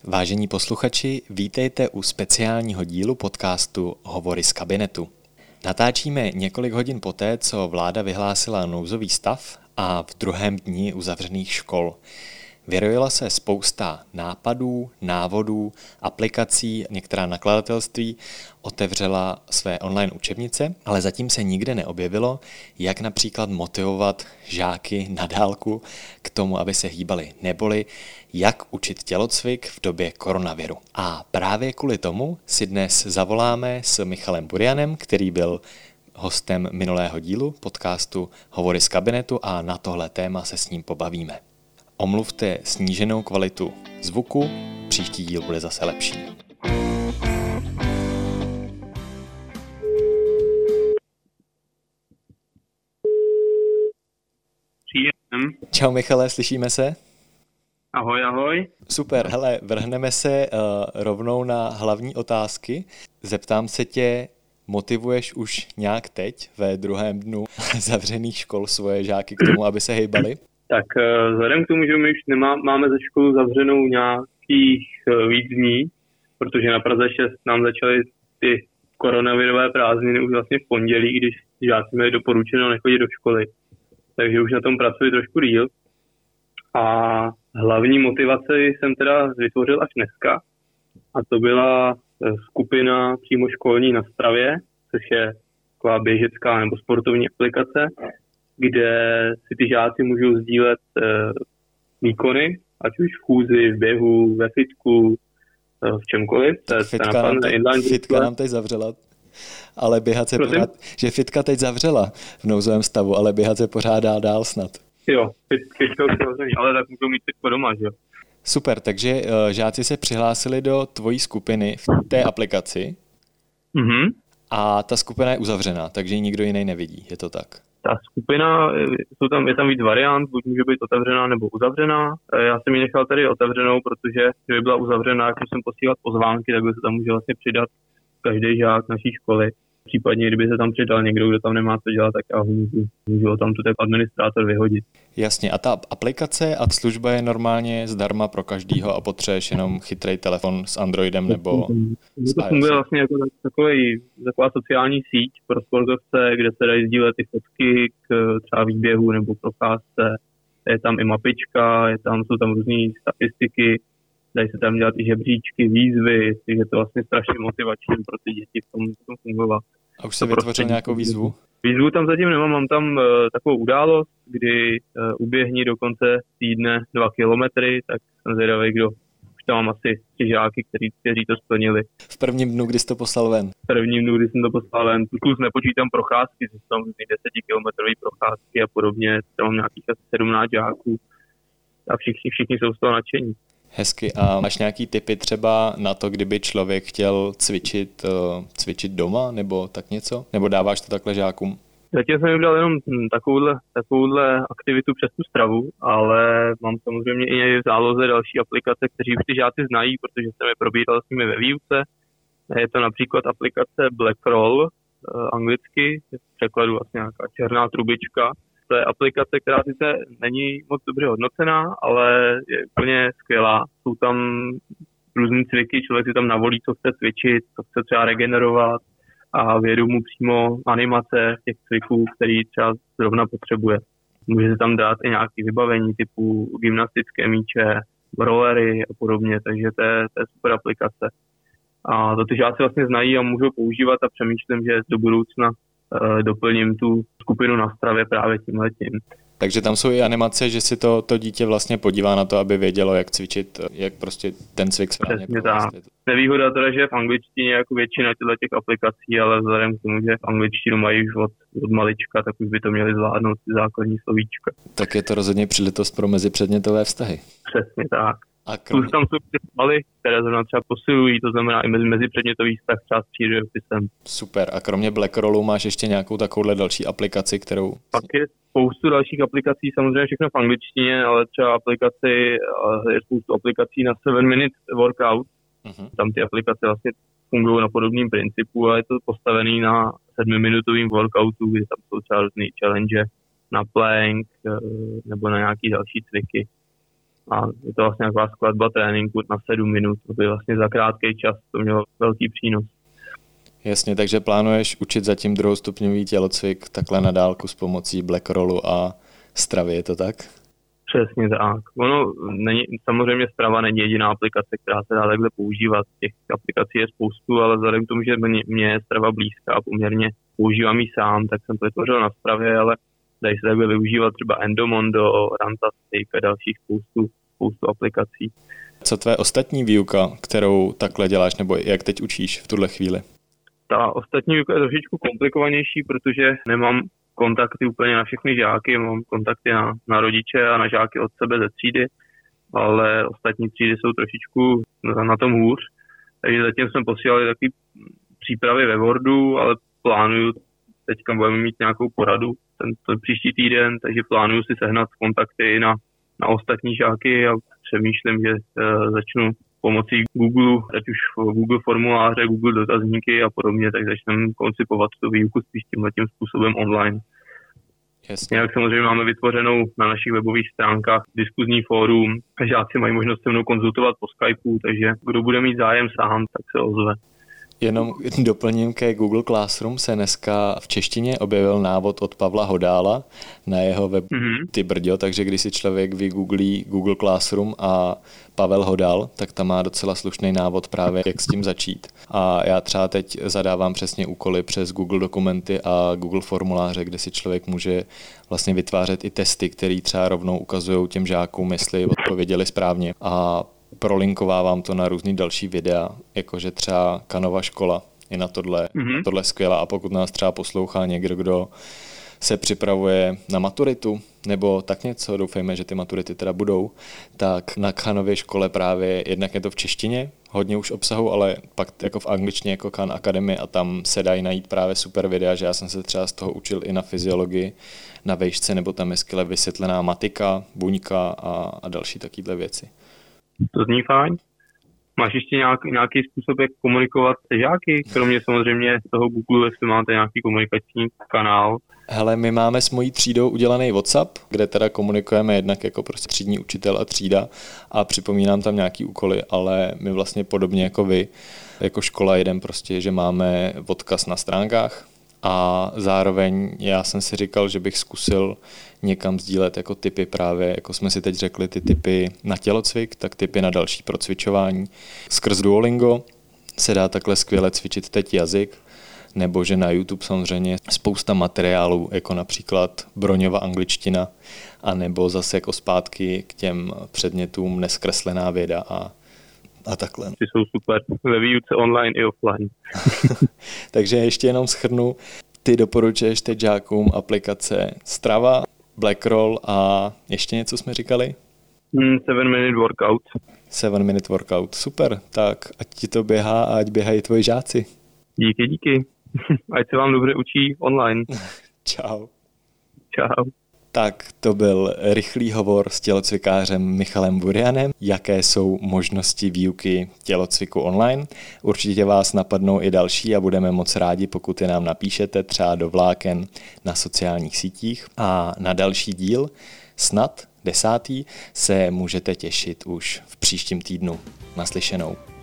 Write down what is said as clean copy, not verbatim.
Vážení posluchači, vítejte u speciálního dílu podcastu Hovory z kabinetu. Natáčíme několik hodin poté, co vláda vyhlásila nouzový stav a v druhém dni uzavřených škol. Vyrojila se spousta nápadů, návodů, aplikací, některá nakladatelství otevřela své online učebnice, ale zatím se nikde neobjevilo, jak například motivovat žáky na dálku k tomu, aby se hýbali, neboli jak učit tělocvik v době koronaviru. A právě kvůli tomu si dnes zavoláme s Michalem Burianem, který byl hostem minulého dílu podcastu Hovory z kabinetu a na tohle téma se s ním pobavíme. Omluvte sníženou kvalitu zvuku, příští díl bude zase lepší. Příjem. Čau Michale, slyšíme se? Ahoj, ahoj. Super, hele, vrhneme se rovnou na hlavní otázky. Zeptám se tě, motivuješ už nějak teď ve druhém dnu zavřených škol svoje žáky k tomu, aby se hejbali? Tak vzhledem k tomu, že my už máme ze školu zavřenou nějakých víc dní, protože na Praze 6 nám začaly ty koronavirové prázdniny už vlastně v pondělí, když žáci měli doporučeno nechodit do školy. Takže už na tom pracuji trošku díl. A hlavní motivaci jsem teda vytvořil až dneska. A to byla skupina přímo školní na Stravě, což je taková běžecká nebo sportovní aplikace, kde si ty žáci můžou sdílet výkony, ať už v chůzi, v běhu, ve fitku, v čemkoliv. Fitka nám teď zavřela, ale běhat se pořád, že fitka teď zavřela v nouzovém stavu, ale běhat se pořád dál snad. Jo, fitka už zavření, ale tak můžou mít fitko doma, že jo. Super, takže žáci se přihlásili do tvojí skupiny v té aplikaci a ta skupina je uzavřená, takže ji nikdo jiný nevidí, je to tak? Ta skupina, je tam víc variant, buď může být otevřená nebo uzavřená. Já jsem ji nechal tady otevřenou, protože kdyby byla uzavřená, jak musím posílat pozvánky, tak by se tam může vlastně přidat každý žák naší školy. Případně, kdyby se tam přidal někdo, kdo tam nemá co dělat, tak já ho můžu tam ten administrátor vyhodit. Jasně, a ta aplikace a služba je normálně zdarma pro každýho a potřebuješ jenom chytrý telefon s Androidem nebo s to funguje vlastně jako taková sociální síť pro sportovce, kde se dají sdílet ty fotky k třeba výběhu nebo procházce. Je tam i mapička, jsou tam různé statistiky, dají se tam dělat i žebříčky, výzvy, takže to vlastně strašně motivační pro ty děti v tom fungovat. A už se vytvořil nějakou výzvu? Výzvu tam zatím nemám, mám tam takovou událost, kdy uběhni do konce týdne 2 kilometry, tak jsem zvědavý, kdo už tam mám asi 3 žáky, kteří to splnili. V prvním dnu, kdy jsi to poslal ven? V prvním dnu, kdy jsem to poslal ven, plus nepočítám procházky, jsou tam 10kilometrové procházky a podobně, tam mám nějakých asi 17 žáků a všichni jsou z toho nadšení. Hezky. A máš nějaký tipy třeba na to, kdyby člověk chtěl cvičit doma nebo tak něco? Nebo dáváš to takhle žákům? Zatím jsem jim dal jenom takovouhle aktivitu přes tu Stravu, ale mám samozřejmě i v záloze další aplikace, kteří už ty žáci znají, protože jsem je probíral s nimi ve výuce. Je to například aplikace Blackroll, anglicky, v překladu vlastně nějaká černá trubička. To je aplikace, která sice není moc dobře hodnocená, ale je úplně skvělá. Jsou tam různý cviky, člověk si tam navolí, co chce cvičit, co chce třeba regenerovat a vědou mu přímo animace těch cviků, který třeba zrovna potřebuje. Může se tam dát i nějaké vybavení typu gymnastické míče, rollery a podobně, takže to je super aplikace. A to ty žáci vlastně znají a můžou používat a přemýšlím, že do budoucna doplním tu skupinu na Stravě právě tímhletím. Takže tam jsou i animace, že si to dítě vlastně podívá na to, aby vědělo, jak cvičit, jak prostě ten cvik správně provést. Nevýhoda teda, že v angličtině jako většina těch aplikací, ale vzhledem k tomu, že v angličtinu mají už od malička, tak už by to měli zvládnout ty základní slovíčka. Tak je to rozhodně příležitost pro mezipředmětové vztahy. Přesně tak. Plus tam jsou ty svaly, které zrovna třeba posilují, to znamená i mezipředmětový vztah třeba s přírodopisem. Super. A kromě Blackrollu máš ještě nějakou takovouhle další aplikaci, kterou... Pak je spoustu dalších aplikací, samozřejmě všechno v angličtině, ale třeba je spoustu aplikací na 7-minute workout. Tam ty aplikace vlastně fungují na podobném principu, ale je to postavený na 7-minutovým workoutu, kde tam jsou třeba různý challenge na plank nebo na nějaký další cviky. a je to vlastně nějaká skladba tréninku na 7 minut, to by vlastně za krátký čas to mělo velký přínos. Jasně, takže plánuješ učit zatím druhostupňový tělocvik takhle na dálku s pomocí Blackrollu a Stravy, je to tak? Přesně tak. Samozřejmě Strava není jediná aplikace, která se dá takhle používat. Těch aplikací je spoustu, ale vzhledem k tomu, že mě je Strava blízká a poměrně používám ji sám, tak jsem to vytvořil na Stravě, ale dají se takhle využívat třeba Endomondo, Rantastic a dalších spoustu aplikací. Co tvé ostatní výuka, kterou takhle děláš, nebo jak teď učíš v tuhle chvíli? Ta ostatní výuka je trošičku komplikovanější, protože nemám kontakty úplně na všechny žáky, mám kontakty na rodiče a na žáky od sebe ze třídy, ale ostatní třídy jsou trošičku na tom hůř. Takže zatím jsme posílali takové přípravy ve Wordu, ale plánuju, teďka budeme mít nějakou poradu ten příští týden, takže plánuju si sehnat kontakty na ostatní žáky a přemýšlím, že začnu pomocí Google, ať už Google formuláře, Google dotazníky a podobně, tak začneme koncipovat tu výuku spíš tímhletím způsobem online. Jasně. Jinak samozřejmě máme vytvořenou na našich webových stránkách diskuzní fórum. Žáci mají možnost se mnou konzultovat po Skypeu, takže kdo bude mít zájem sám, tak se ozve. Jenom doplním ke Google Classroom se dneska v češtině objevil návod od Pavla Hodála na jeho web Ty brďo, takže když si člověk vygooglí Google Classroom a Pavel Hodál, tak tam má docela slušný návod právě, jak s tím začít. A já třeba teď zadávám přesně úkoly přes Google dokumenty a Google formuláře, kde si člověk může vlastně vytvářet i testy, které třeba rovnou ukazují těm žákům, jestli odpověděli správně, a prolinkovávám to na různý další videa, jakože třeba Kanova škola je na tohle skvělá, a pokud nás třeba poslouchá někdo, kdo se připravuje na maturitu, nebo tak něco, doufejme, že ty maturity teda budou, tak na Kanově škole právě jednak je to v češtině, hodně už obsahu, ale pak jako v angličtině jako Khan Academy, a tam se dají najít právě super videa, že já jsem se třeba z toho učil i na fyziologii na vejšce, nebo tam je skvěle vysvětlená matika, buňka a další takovéhle věci. To zní fajn. Máš ještě nějaký způsob, jak komunikovat se žáky? Kromě samozřejmě toho Google, jestli máte nějaký komunikační kanál. Hele, my máme s mojí třídou udělaný WhatsApp, kde teda komunikujeme jednak jako prostě třídní učitel a třída a připomínám tam nějaký úkoly, ale my vlastně podobně jako vy, jako škola jedem prostě, že máme odkaz na stránkách. A zároveň já jsem si říkal, že bych zkusil někam sdílet jako tipy právě, jako jsme si teď řekli, ty tipy na tělocvik, tak tipy na další procvičování. Skrz Duolingo se dá takhle skvěle cvičit teď jazyk, nebo že na YouTube samozřejmě spousta materiálů, jako například Broňova angličtina, anebo zase jako zpátky k těm předmětům Neskreslená věda a takhle. Ty jsou super ve výuce online i offline. Takže ještě jenom shrnu, ty doporučuješ teď žákům aplikace Strava, Blackroll a ještě něco jsme říkali? 7-minute workout. 7-minute workout, super, tak ať ti to běhá a ať běhají tvoji žáci. Díky. Ať se vám dobře učí online. Čau. Čau. Tak to byl rychlý hovor s tělocvikářem Michalem Burianem. Jaké jsou možnosti výuky tělocviku online? Určitě vás napadnou i další a budeme moc rádi, pokud je nám napíšete třeba do vláken na sociálních sítích. A na další díl, snad 10., se můžete těšit už v příštím týdnu. Naslyšenou.